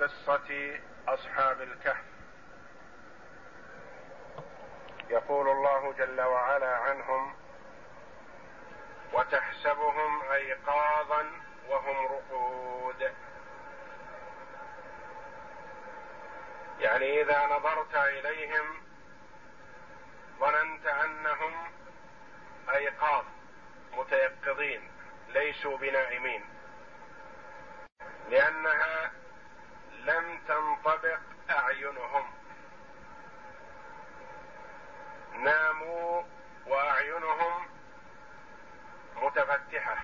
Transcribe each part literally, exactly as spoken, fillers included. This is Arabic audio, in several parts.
قصة أصحاب الكهف. يقول الله جل وعلا عنهم: وتحسبهم أيقاظا وهم رقود. يعني إذا نظرت إليهم ظننت أنهم أيقاظ متيقظين ليسوا بنائمين، لأنها لم تنطبق أعينهم، ناموا وأعينهم متفتحة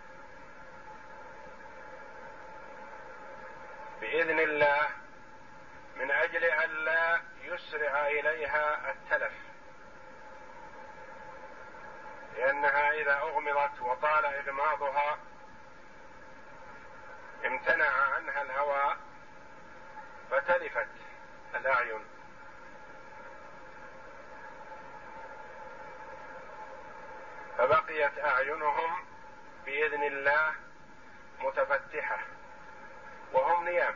بإذن الله من أجل أن لا يسرع إليها التلف، لأنها إذا أغمضت وطال إغماضها امتنع عنها الهواء فتلفت الأعين. فبقيت أعينهم بإذن الله متفتحة وهم نيام.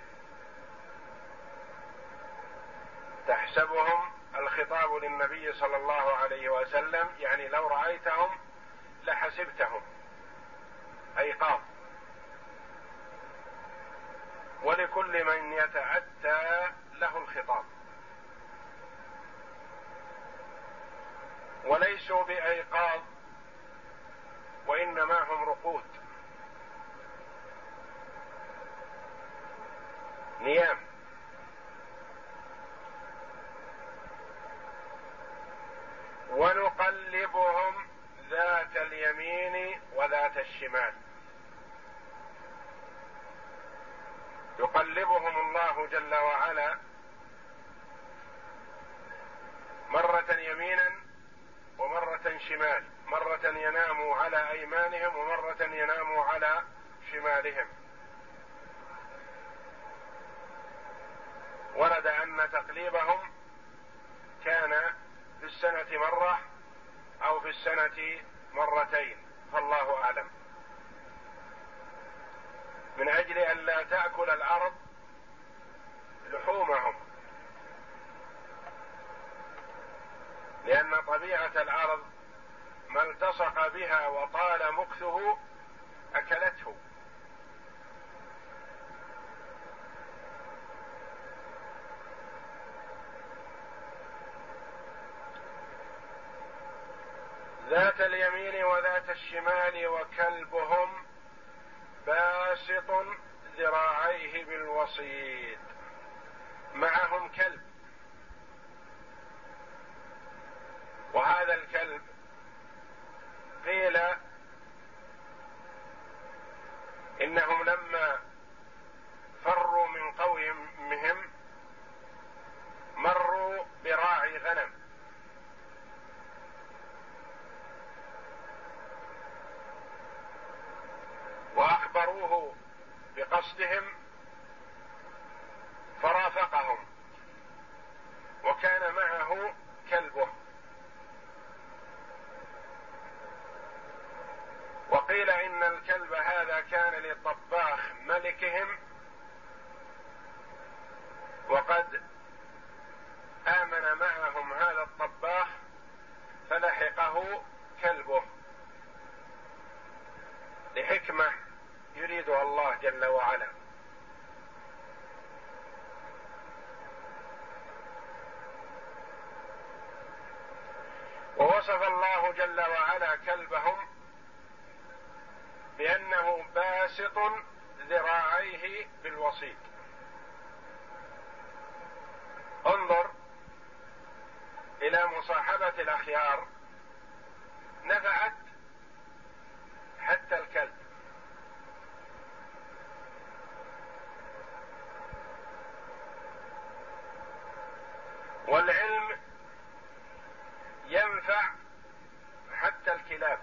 تحسبهم، الخطاب للنبي صلى الله عليه وسلم، يعني لو رأيتهم لحسبتهم أيقاظ، ولكل من يتأتى له الخطاب، وليسوا بأيقاظ وإنما هم رقود نيام. ونقلبهم ذات اليمين وذات الشمال. يقلبهم الله جل وعلا مرة يمينا ومرة شمال، مرة ينام على أيمانهم ومرة ينام على شمالهم. ورد أن تقليبهم كان في السنة مرة أو في السنة مرتين، فالله أعلم، من أجل أن لا تأكل الأرض لحومهم، لأن طبيعة الأرض ما التصق بها وطال مكثه أكلته. ذات اليمين وذات الشمال. وكلبهم باسط ذراعيه بالوصيد. معهم كلب، وهذا الكلب قيل إنهم لما فروا من قومهم مروا براعي غنم، وأخبروه بقصدهم فرافقهم، وكان معه كلبه. وقيل إن الكلب هذا كان لطباخ ملكهم، وقد آمن معهم هذا الطباخ فلحقه كلبه لحكمة يريدها الله جل وعلا. ووصف الله جل وعلا كلبهم بأنه باسط ذراعيه بالوصيد. انظر إلى مصاحبة الأخيار، نفعت حتى الكلب. والعلم ينفع حتى الكلاب.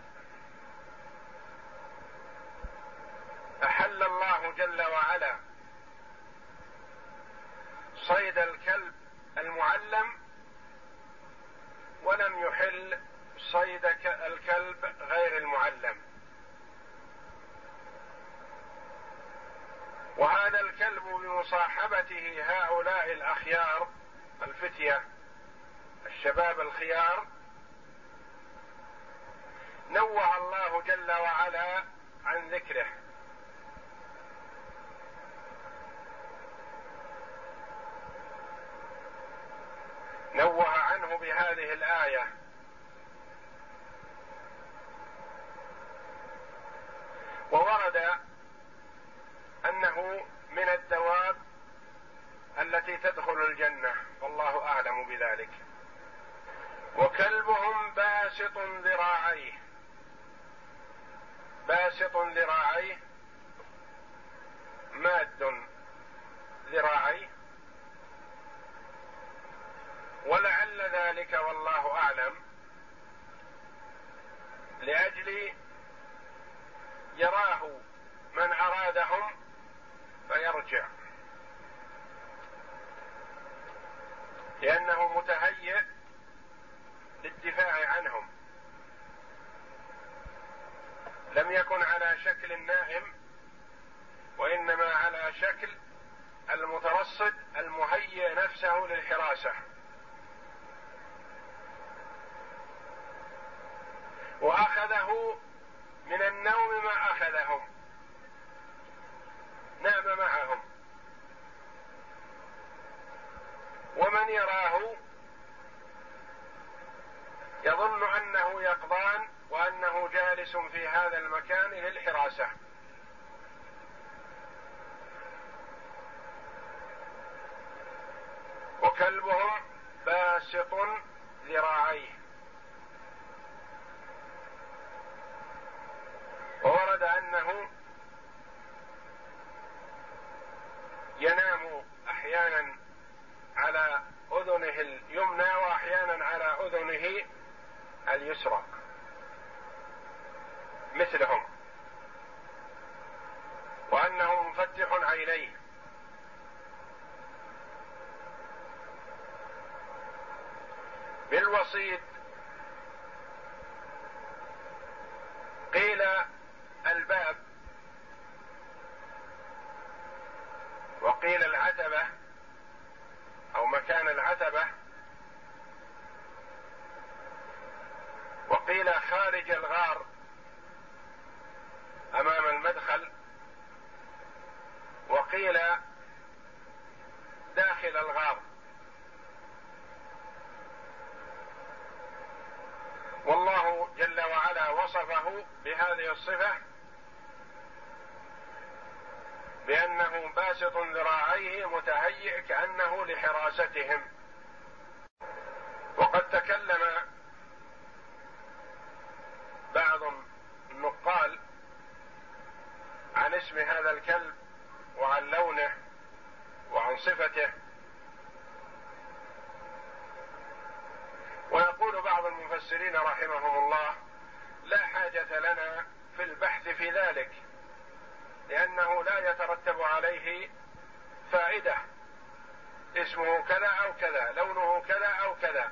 أحل الله جل وعلا صيد الكلب المعلم، ولم يحل صيد الكلب غير المعلم. وهذا الكلب مصاحبته هؤلاء الأخيار الفتية الشباب الخيار نوه الله جل وعلا عن ذكره، نوه عنه بهذه الآية، وورد أنه من الدواب التي تدخل الجنة والله أعلم بذلك. وكلبهم باسط ذراعيه، باسط ذراعيه ماد ذراعيه، ولعل ذلك والله أعلم لأجل يراه من أرادهم فيرجع، لأنه متهيئ للدفاع عنهم، لم يكن على شكل النائم وإنما على شكل المترصد المهيئ نفسه للحراسة. وأخذه من النوم ما أخذهم، نام معهم، ومن يراه يظن أنه يقظان وأنه جالس في هذا المكان للحراسة. وكلبهم باسط ذراعيه. وورد أنه ينام أحيانا على أذنه اليمنى وأحيانا على أذنه اليسرى مثلهم، وأنه مفتح عينيه. بالوصيد قيل الباب، وقيل العتبة أو مكان العتبة، وقيل خارج الغار أمام المدخل، وقيل داخل الغار. والله جل وعلا وصفه بهذه الصفة بأنه باسط ذراعيه متهيئ كأنه لحراستهم. وقد تكلم بعض النقال عن اسم هذا الكلب وعن لونه وعن صفته، ويقول بعض المفسرين رحمهم الله: لا حاجة لنا في البحث في ذلك، لأنه لا يترتب عليه فائدة، اسمه كذا أو كذا، لونه كذا أو كذا،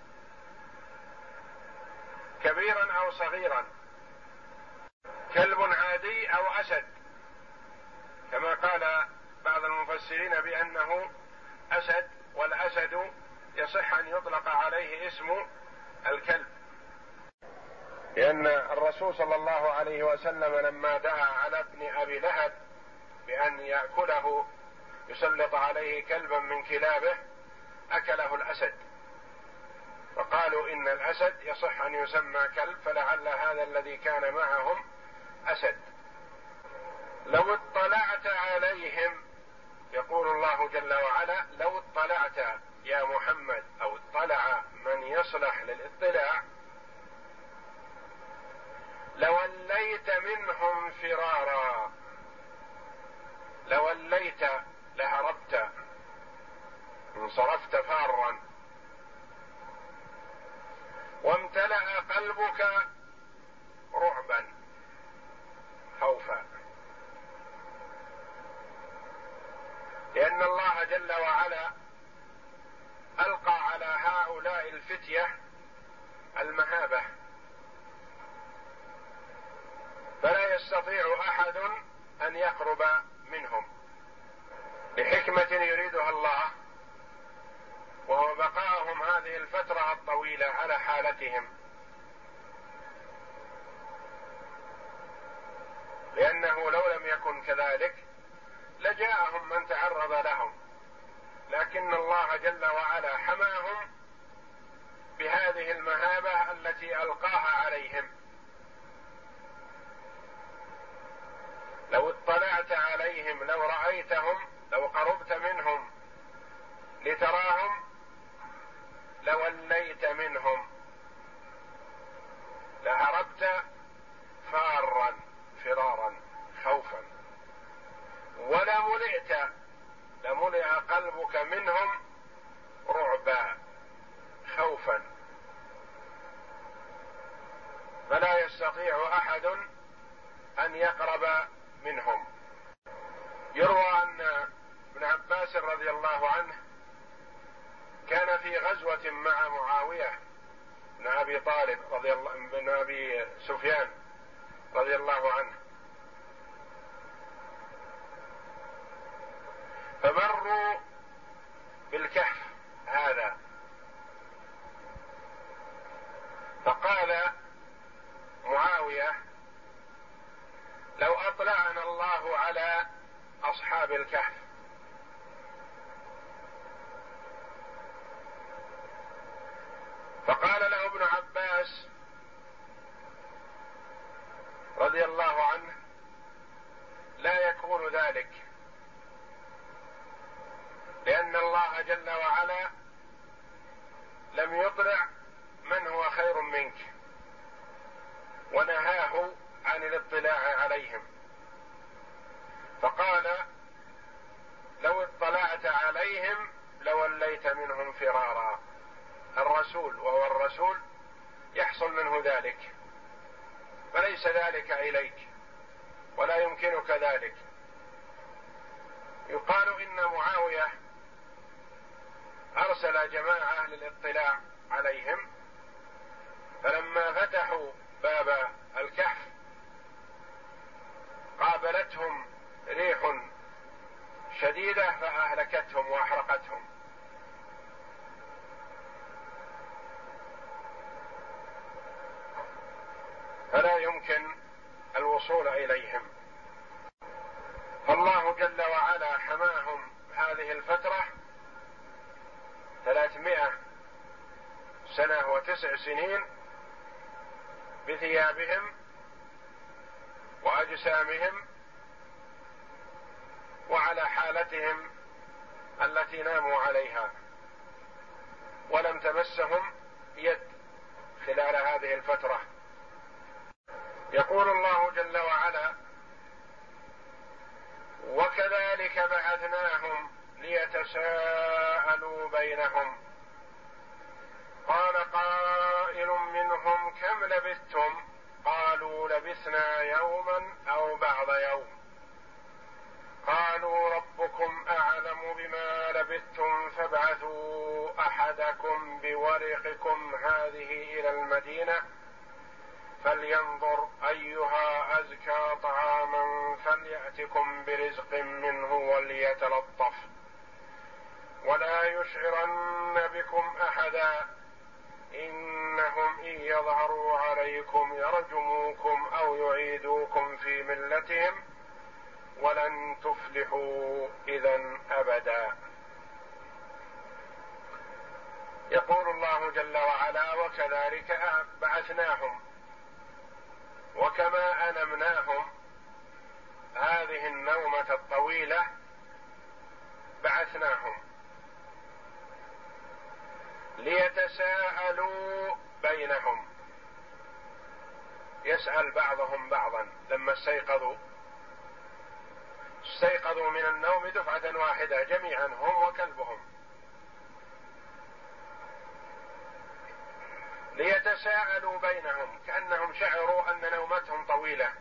كبيرا أو صغيرا، كلب عادي أو أسد، كما قال بعض المفسرين بأنه أسد، والأسد يصح أن يطلق عليه اسم الكلب، لأن الرسول صلى الله عليه وسلم لما دعا على ابن أبي لهب بأن يأكله يسلط عليه كلبا من كلابه أكله الأسد، فقالوا إن الأسد يصح أن يسمى كلب، فلعل هذا الذي كان معهم أسد. لو اطلعت عليهم، يقول الله جل وعلا: لو اطلعت يا محمد، أو اطلع من يصلح للاطلاع، لوليت منهم فرارا، لوليت لهربت، انصرفت فارا، وامتلأ قلبك رعبا خوفا، لأن الله جل وعلا ألقى على هؤلاء الفتية المهابة، فلا يستطيع أحد أن يقرب منهم. لحكمة يريدها الله، وهو بقاءهم هذه الفترة الطويلة على حالتهم، لأنه لو لم يكن كذلك لجاءهم من تعرض لهم، لكن الله جل وعلا حماهم بهذه المهابة التي ألقاها عليهم. لو اطلعت عليهم، لو رأيتهم، لو قربت منهم لتراهم لوليت منهم، لهربت فارا فرارا خوفا، ولملئت لملئ قلبك منهم رعبا خوفا، فلا يستطيع أحد أن يقرب منهم. يروى أن ابن عباس رضي الله عنه كان في غزوة مع معاوية بن أبي طالب رضي الله بن أبي سفيان رضي الله عنه، فمروا بالكهف هذا، فقال معاوية: لو أطلعنا الله على أصحاب الكهف فقال له ابن عباس رضي الله عنه: لا يكون ذلك، لأن الله جل وعلا لم يطلع من هو خير منك، ونهاه عن الاطلاع عليهم. فقال: لو اطلعت عليهم لوليت منهم فرارا. الرسول وهو الرسول يحصل منه ذلك، فليس ذلك إليك ولا يمكنك ذلك. يقال إن معاوية أرسل جماعة للاطلاع عليهم، فلما فتحوا باب الكهف قابلتهم ريح شديدة فأهلكتهم وأحرقتهم. فلا يمكن الوصول إليهم. فالله جل وعلا حماهم هذه الفترة ثلاثمائة سنة وتسع سنين بثيابهم وأجسامهم وعلى حالتهم التي ناموا عليها، ولم تمسهم يد خلال هذه الفترة. يقول الله جل وعلا: وكذلك بعثناهم ليتساءلوا بينهم قال قائل منهم كم لبثتم قالوا لبثنا يوما أو بعض يوم قالوا ربكم أعلم بما لبثتم فابعثوا أحدكم بورقكم هذه إلى المدينة فلينظر أيها أزكى طعاما فليأتكم برزق منه وليتلطف ولا يشعرن بكم أحدا إنهم إن يظهروا عليكم يرجموكم أو يعيدوكم في ملتهم ولن تفلحوا إذا أبدا. يقول الله جل وعلا: وكذلك بعثناهم، وكما أنمناهم هذه النومة الطويلة بعثناهم ليتساءلوا بينهم، يسأل بعضهم بعضا. لما استيقظوا استيقظوا من النوم دفعة واحدة جميعا هم وكلبهم، ليتساءلوا بينهم كأنهم شعروا أن نومتهم طويلة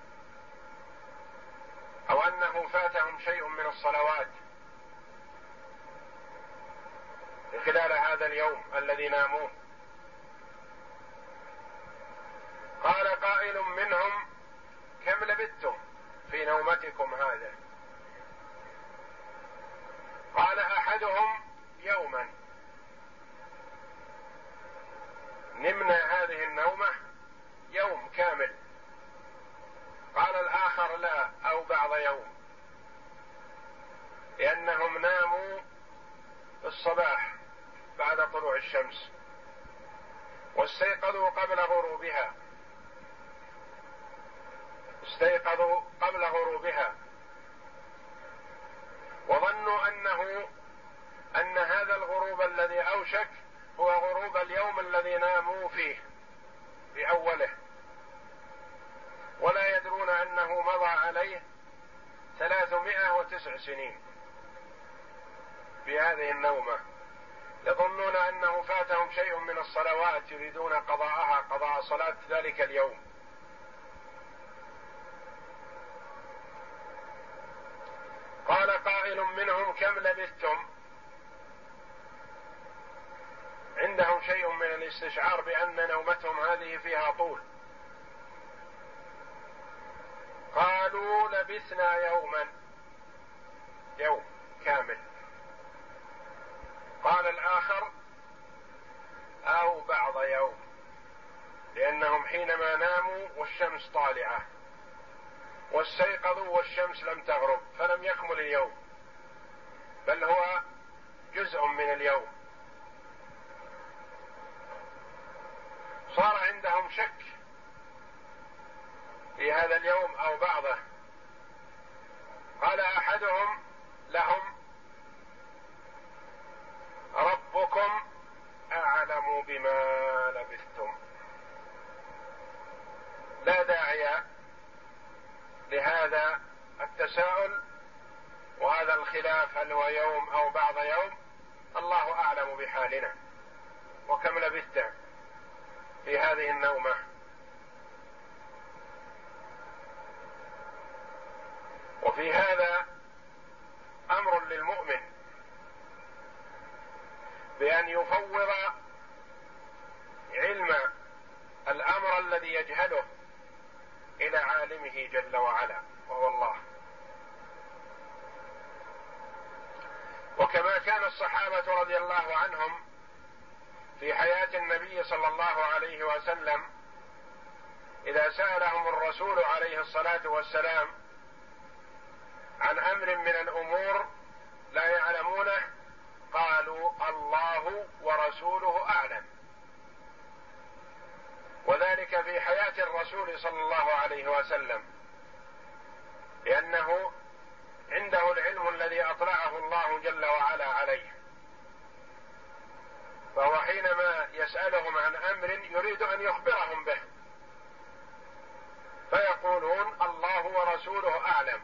أو أنه فاتهم شيء من الصلوات خلال هذا اليوم الذي ناموه. قال قائل منهم كم لبثتم في نومتكم هذا أحدهم يوما، نمنا هذه النومة يوم كامل. قال الآخر لا، أو بعض يوم، لأنهم ناموا في الصباح بعد طلوع الشمس واستيقظوا قبل غروبها، استيقظوا قبل غروبها وظنوا أنه أن هذا الغروب الذي أوشك هو غروب اليوم الذي ناموا فيه في أوله، ولا يدرون أنه مضى عليه ثلاثمائة وتسع سنين في هذه النومة. يظنون أنه فاتهم شيء من الصلوات يريدون قضاءها، قضاء صلاة ذلك اليوم. قال قائل منهم كم لبثتم؟ عندهم شيء من الاستشعار بأن نومتهم هذه فيها طول. قالوا لبثنا يوما، يوم كامل. قال الآخر أو بعض يوم، لأنهم حينما ناموا والشمس طالعة واستيقظوا والشمس لم تغرب فلم يكمل اليوم، بل هو جزء من اليوم. صار عندهم شك في هذا اليوم أو بعضه. قال أحدهم لهم ربكم أعلم بما لبثتم. لا داعي لهذا التساؤل وهذا الخلاف، هل هو يوم أو بعض يوم. الله أعلم بحالنا وكم لبثت في هذه النومة. وفي هذا أمر للمؤمن بأن يفوض علم الأمر الذي يجهله إلى عالمه جل وعلا وهو الله. وكما كان الصحابة رضي الله عنهم في حياة النبي صلى الله عليه وسلم إذا سألهم الرسول عليه الصلاة والسلام عن أمر من الأمور لا يعلمونه قالوا الله ورسوله أعلم. وذلك في حياة الرسول صلى الله عليه وسلم، لأنه عنده العلم الذي أطلعه الله جل وعلا عليه، فهو حينما يسألهم عن أمر يريد أن يخبرهم به فيقولون الله ورسوله أعلم.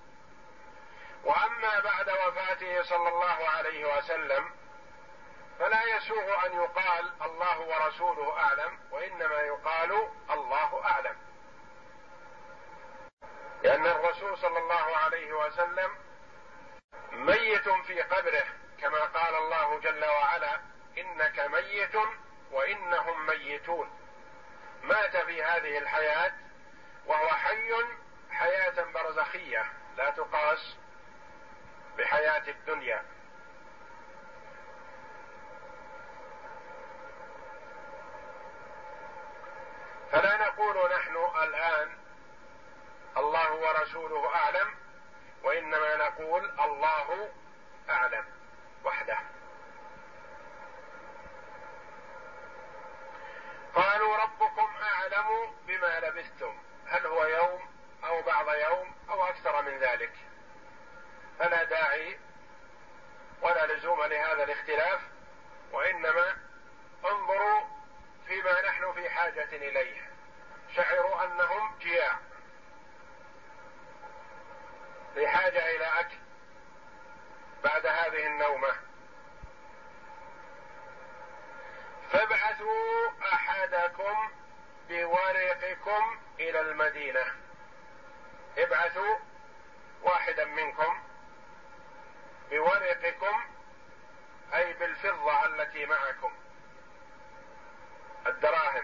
وأما بعد وفاته صلى الله عليه وسلم فلا يسوغ أن يقال الله ورسوله أعلم، وإنما يقال الله أعلم، لأن الرسول صلى الله عليه وسلم ميت في قبره، كما قال الله جل وعلا إنك ميت وإنهم ميتون. مات في هذه الحياة وهو حي حياة برزخية لا تقاس بحياة الدنيا. فلا نقول نحن الآن الله ورسوله أعلم، وإنما نقول الله أعلم وحده. قالوا ربكم أعلم بما لبثتم، هل هو يوم أو بعض يوم أو أكثر من ذلك، فلا داعي ولا لزوم لهذا الاختلاف، وإنما انظروا فيما نحن في حاجة إليه. شعروا أنهم جياع في حاجة إلى أكل بعد هذه النومة، فابعثوا أحدكم بورقكم إلى المدينة. ابعثوا واحدا منكم بورقكم أي بالفضة التي معكم، الدراهم،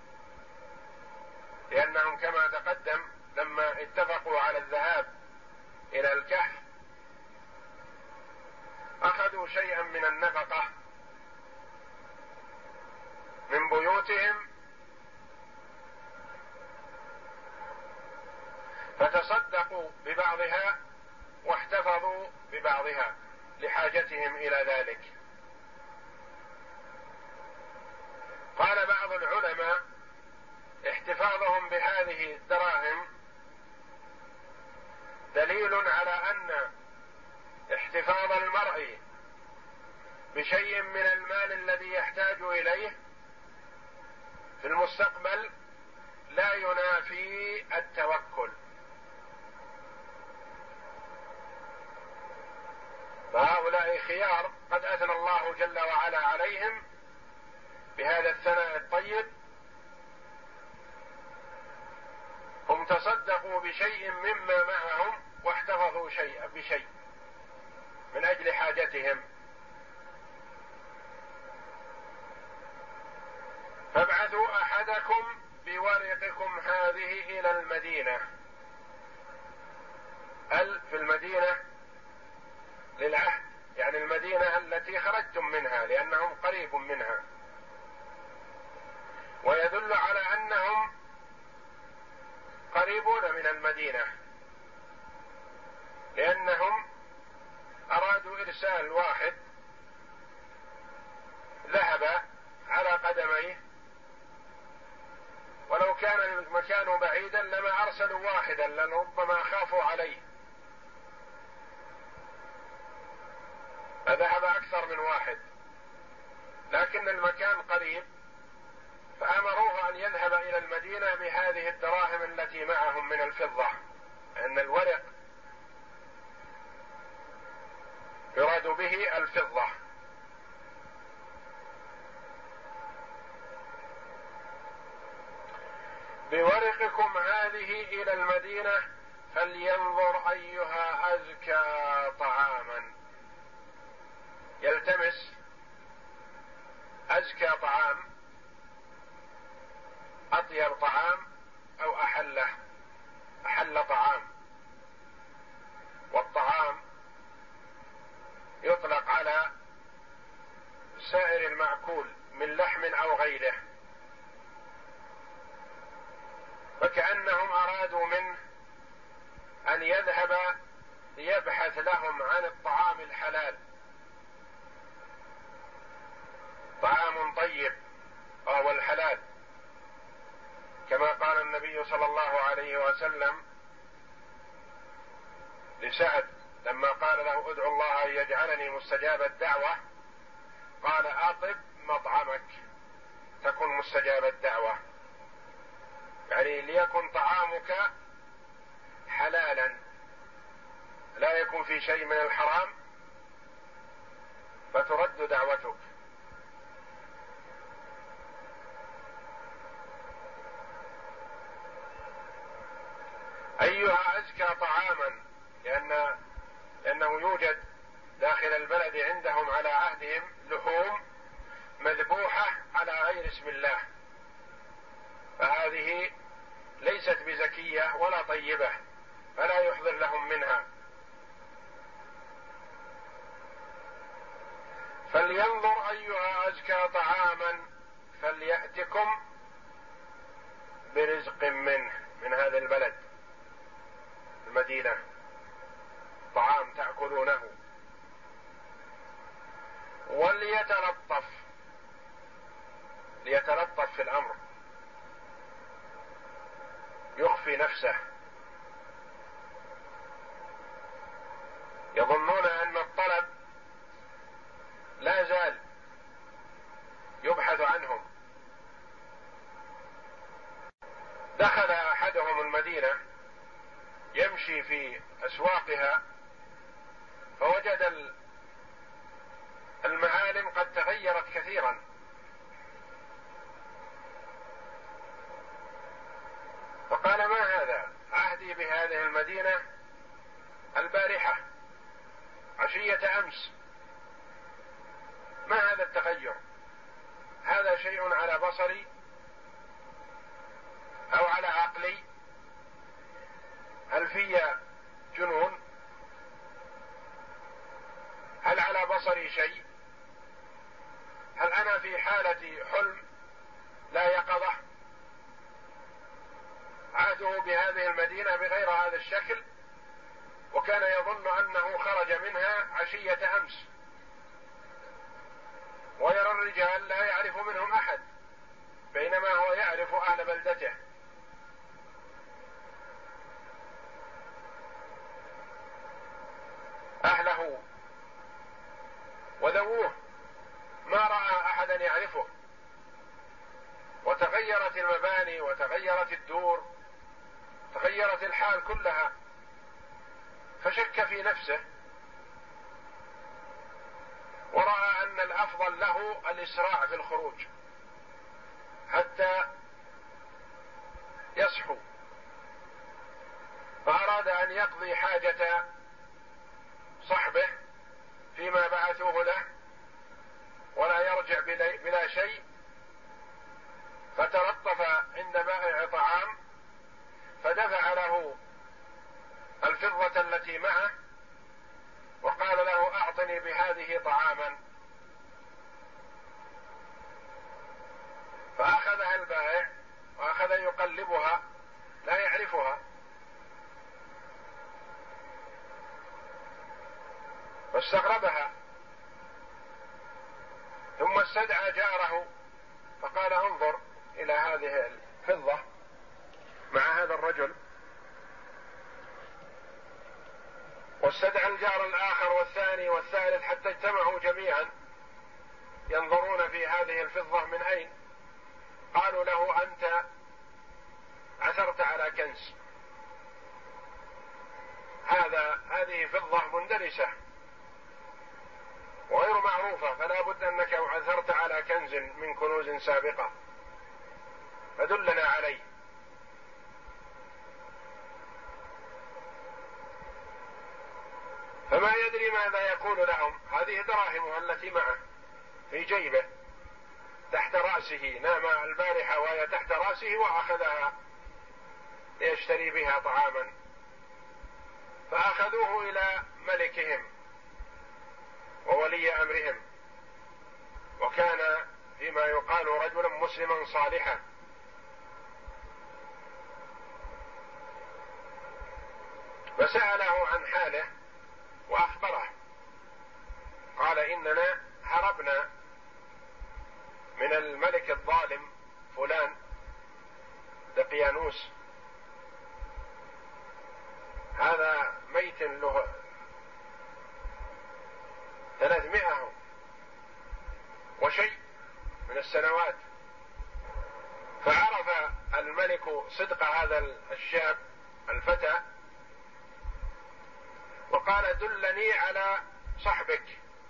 لأنهم كما تقدم لما اتفقوا على الذهاب إلى الكهف أخذوا شيئا من النفقة من بيوتهم فتصدقوا ببعضها واحتفظوا ببعضها لحاجتهم إلى ذلك. قال بعض العلماء احتفاظهم بهذه الدراهم دليل على أن احتفاظ المرء بشيء من المال الذي يحتاج إليه في المستقبل لا ينافي التوكل، فهؤلاء خيار قد أثنى الله جل وعلا عليهم بهذا الثناء الطيب، هم تصدقوا بشيء مما معهم واحتفظوا شيئا بشيء من أجل حاجتهم. فابعثوا أحدكم بورقكم هذه إلى المدينة. ال في المدينة للعهد، يعني المدينة التي خرجتم منها لأنهم قريب منها، ويدل على أنهم قريبون من المدينة لأنهم أرادوا إرسال واحد ذهب على قدميه، ولو كان المكان بعيدا لما أرسلوا واحدا لربما خافوا عليه فذهب أكثر من واحد، لكن المكان قريب فأمروه أن يذهب إلى المدينة بهذه الدراهم التي معهم من الفضة، لأن الورق يراد به الفضة. بورقكم هذه إلى المدينة فلينظر أيها أزكى طعاما، يلتمس أزكى طعام، أطيب طعام أو أحله أحل طعام. والطعام يطلق على سائر المأكول من لحم أو غيره، فكأنهم أرادوا منه أن يذهب ليبحث لهم عن الطعام الحلال، طعام طيب وهو الحلال، كما قال النبي صلى الله عليه وسلم لسعد لما قال له ادعو الله أن يجعلني مستجاب الدعوة، قال أطب مطعمك تكن مستجاب الدعوة، يعني ليكن طعامك حلالا لا يكون في شيء من الحرام فترد دعوتك. أيها أزكى طعاما، لأن لأنه يوجد داخل البلد عندهم على عهدهم لحوم مذبوحة على غير اسم الله، فهذه ليست بزكية ولا طيبة فلا يحضر لهم منها. فلينظر أيها أزكى طعاما فليأتكم برزق منه، من هذا البلد المدينة، طعام تأكلونه. وليتلطف، ليتلطف في الأمر، يخفي نفسه، يظنون أن الطلب لا زال يبحث عنهم. دخل أحدهم المدينة يمشي في أسواقها فوجد المعالم قد تغيرت كثيرا، فقال ما هذا؟ عهدي بهذه المدينة البارحة عشية أمس، ما هذا التغير؟ هذا شيء على بصري أو على عقلي؟ هل في جنون؟ هل على بصري شيء؟ هل أنا في حالة حلم لا يقظة؟ عهده بهذه المدينة بغير هذا الشكل، وكان يظن أنه خرج منها عشية أمس، ويرى الرجال لا يعرف منهم أحد بينما هو يعرف أهل بلدته. أهله وذووه، ما رأى أحدا يعرفه، وتغيرت المباني وتغيرت الدور، تغيرت الحال كلها، فشك في نفسه ورأى أن الأفضل له الإسراع في الخروج حتى يصحو، فأراد أن يقضي حاجة صحبه فيما بعثوه له ولا يرجع بلا شيء، فتلطف عند بائع طعام فدفع له الفضة التي معه وقال له أعطني بهذه طعاما، فأخذها البائع وأخذ يقلبها لا يعرفها، فاستغربها، ثم استدعى جاره فقال انظر إلى هذه الفضة مع هذا الرجل، واستدعى الجار الآخر والثاني والثالث حتى اجتمعوا جميعا ينظرون في هذه الفضة من أين. قالوا له أنت عثرت على كنز، هذا هذه فضة مندرسة وغير معروفة، فلا بد أنك عثرت على كنز من كنوز سابقة فدلنا عليه. فما يدري ماذا يقول لهم، هذه دراهمه التي معه في جيبه تحت رأسه، نام البارحة وهي تحت رأسه وأخذها ليشتري بها طعاما، فأخذوه إلى ملكهم وولي أمرهم، وكان فيما يقال رجلا مسلما صالحا، فسأله عن حاله وأخبره، قال إننا هربنا من الملك الظالم فلان دقيانوس، هذا ميت له ثلاثمائة وشيء من السنوات. فعرف الملك صدق هذا الشاب الفتى وقال دلني على صحبك،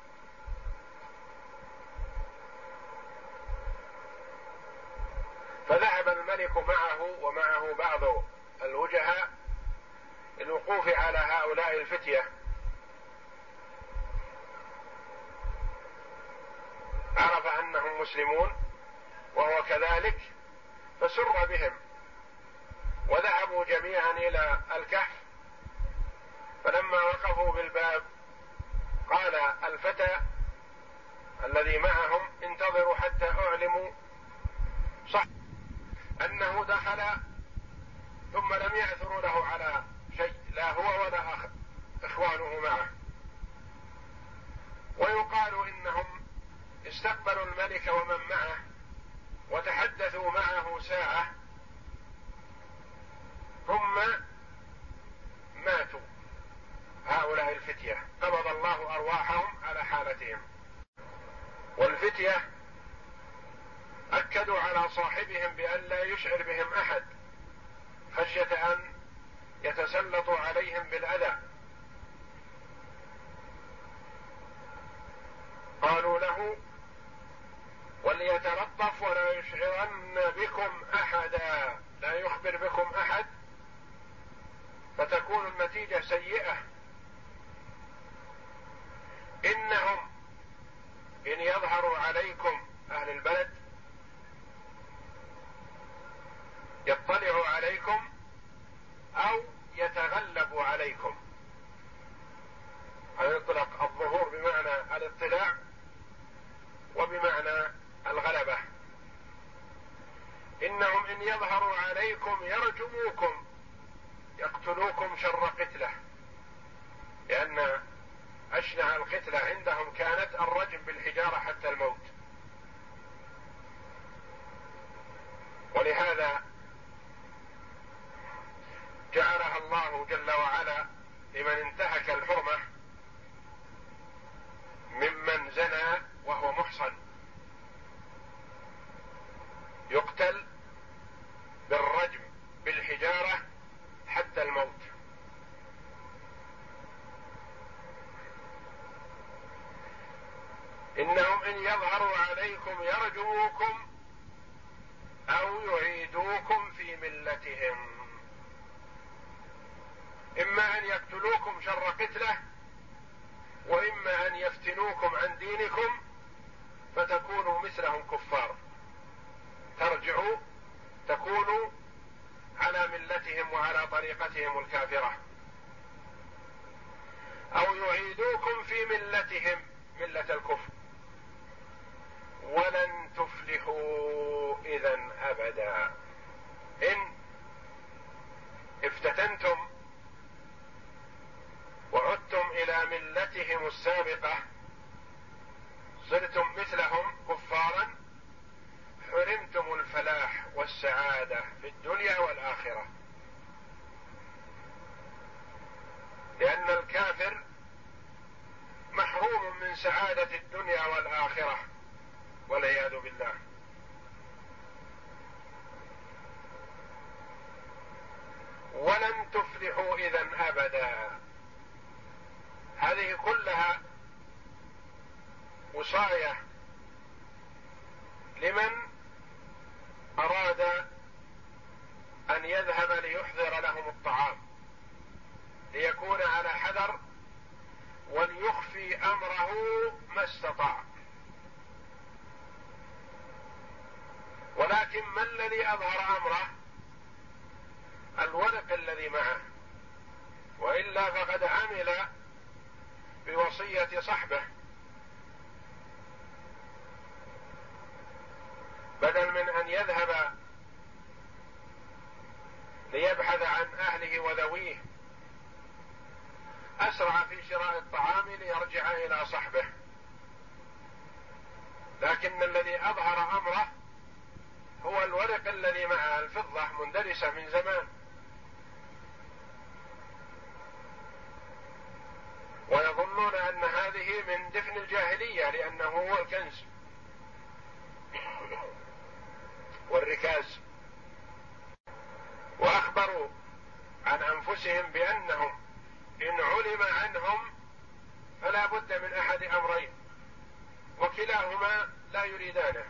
فذهب الملك معه ومعه بعض الوجهاء للوقوف على هؤلاء الفتية، عرف أنهم مسلمون وهو كذلك فسر بهم، وذهبوا جميعا إلى الكهف، فلما وقفوا بالباب قال الفتى الذي معهم انتظروا حتى أعلموا صح أنه دخل، ثم لم يأثروا له على شيء، لا هو ولا أخ إخوانه معه. ويقال إنهم استقبلوا الملك ومن معه وتحدثوا معه ساعة ثم ماتوا هؤلاء الفتية، قبض الله أرواحهم على حالتهم. والفتية أكدوا على صاحبهم بأن لا يشعر بهم أحد خشية أن يتسلطوا عليهم بالأذى، قالوا له وليتلطف ولا يشعرن بكم أحدا، لا يخبر بكم أحد فتكون النتيجة سيئة. إنهم إن يظهروا عليكم أهل البلد يطلعوا عليكم أو يتغلبوا عليكم، يطلق الظهور بمعنى الاطلاع وبمعنى الغلبة. إنهم إن يظهروا عليكم يرجموكم يقتلوكم شر قتله، لأن أشنع القتلة عندهم كانت الرجم بالحجارة حتى الموت. ولهذا جعلها الله جل وعلا لمن انتهك الحرمة ممن زنى وهو محصن، يقتل بالرجم بالحجارة حتى الموت. إنهم إن يظهروا عليكم يرجموكم أو يعيدوكم في ملتهم، إما أن يقتلوكم شر قتله، وإما أن يفتنوكم عن دينكم فتكونوا مثلهم كفار، ترجعوا تكونوا على ملتهم وعلى طريقتهم الكافرة، أو يعيدوكم في ملتهم ملة الكفر، ولن تفلحوا إذا أبدا. إن افتتنتم وعدتم إلى ملتهم السابقة صرتم مثلهم كفارا، حرمتم الفلاح والسعادة في الدنيا والآخرة، لأن الكافر محروم من سعادة الدنيا والآخرة والعياذ بالله. ولن تفلحوا إذا أبدا، هذه كلها وصاية لمن أراد أن يذهب ليحضر لهم الطعام، ليكون على حذر وليخفي أمره ما استطاع. ولكن ما الذي أظهر أمره؟ الورق الذي معه، وإلا فقد عمل بوصية صحبه، بدل من أن يذهب ليبحث عن أهله وذويه أسرع في شراء الطعام ليرجع إلى صحبه. لكن الذي أظهر أمره هو الورق الذي معه، الفضة مندرسة من زمان، ويظنون أن هذه من دفن الجاهلية لأنه هو الكنز والركاز. وأخبروا عن أنفسهم بأنهم إن علم عنهم فلا بد من أحد أمرين، وكلاهما لا يريدانه،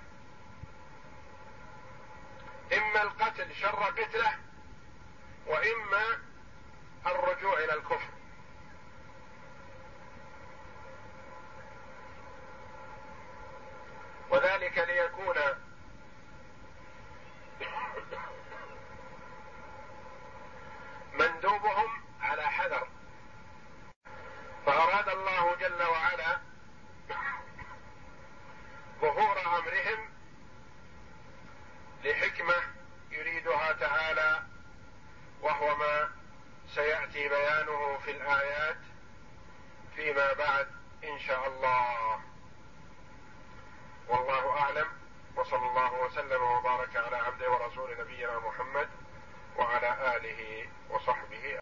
إما القتل شر قتله، وإما الرجوع إلى الكفر. وذلك ليكون مندوبهم على حذر. فأراد الله جل وعلا ظهور أمرهم لحكمة يريدها تعالى، وهو ما سيأتي بيانه في الآيات فيما بعد إن شاء الله. والله أعلم، وصلى الله وسلم وبارك على عبده ورسول نبينا محمد وعلى آله وصحبه.